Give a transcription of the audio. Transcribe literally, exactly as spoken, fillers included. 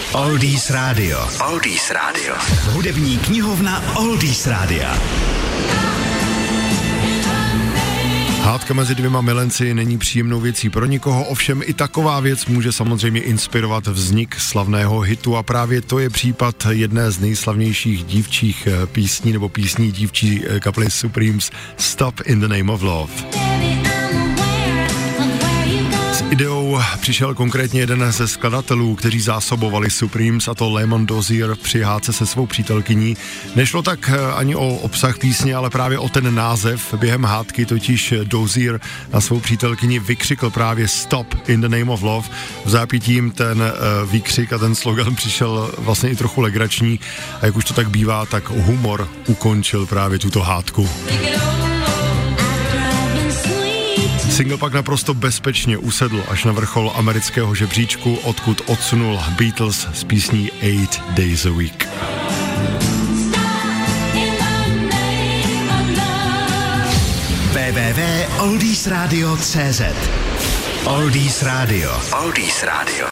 Oldies Radio. Oldies Radio. Hudební knihovna Oldies Rádia. Hádka mezi dvěma milenci není příjemnou věcí pro nikoho, ovšem i taková věc může samozřejmě inspirovat vznik slavného hitu a právě to je případ jedné z nejslavnějších dívčích písní nebo písní dívčí kapely Supremes Stop in the Name of Love. S ideou přišel konkrétně jeden ze skladatelů, kteří zásobovali Supremes, a to Lemon Dozier při hádce se svou přítelkyní. Nešlo tak ani o obsah písně, ale právě o ten název. Během hádky totiž Dozier na svou přítelkyni vykřikl právě Stop in the Name of Love. V zápětím ten uh, výkřik a ten slogan přišel vlastně i trochu legrační a jak už to tak bývá, tak humor ukončil právě tuto hádku. Single pak naprosto bezpečně usedl až na vrchol amerického žebříčku, odkud odsunul Beatles s písní Eight Days a Week. w w w tečka oldies radio tečka cé zet Oldies Radio. Oldies Radio.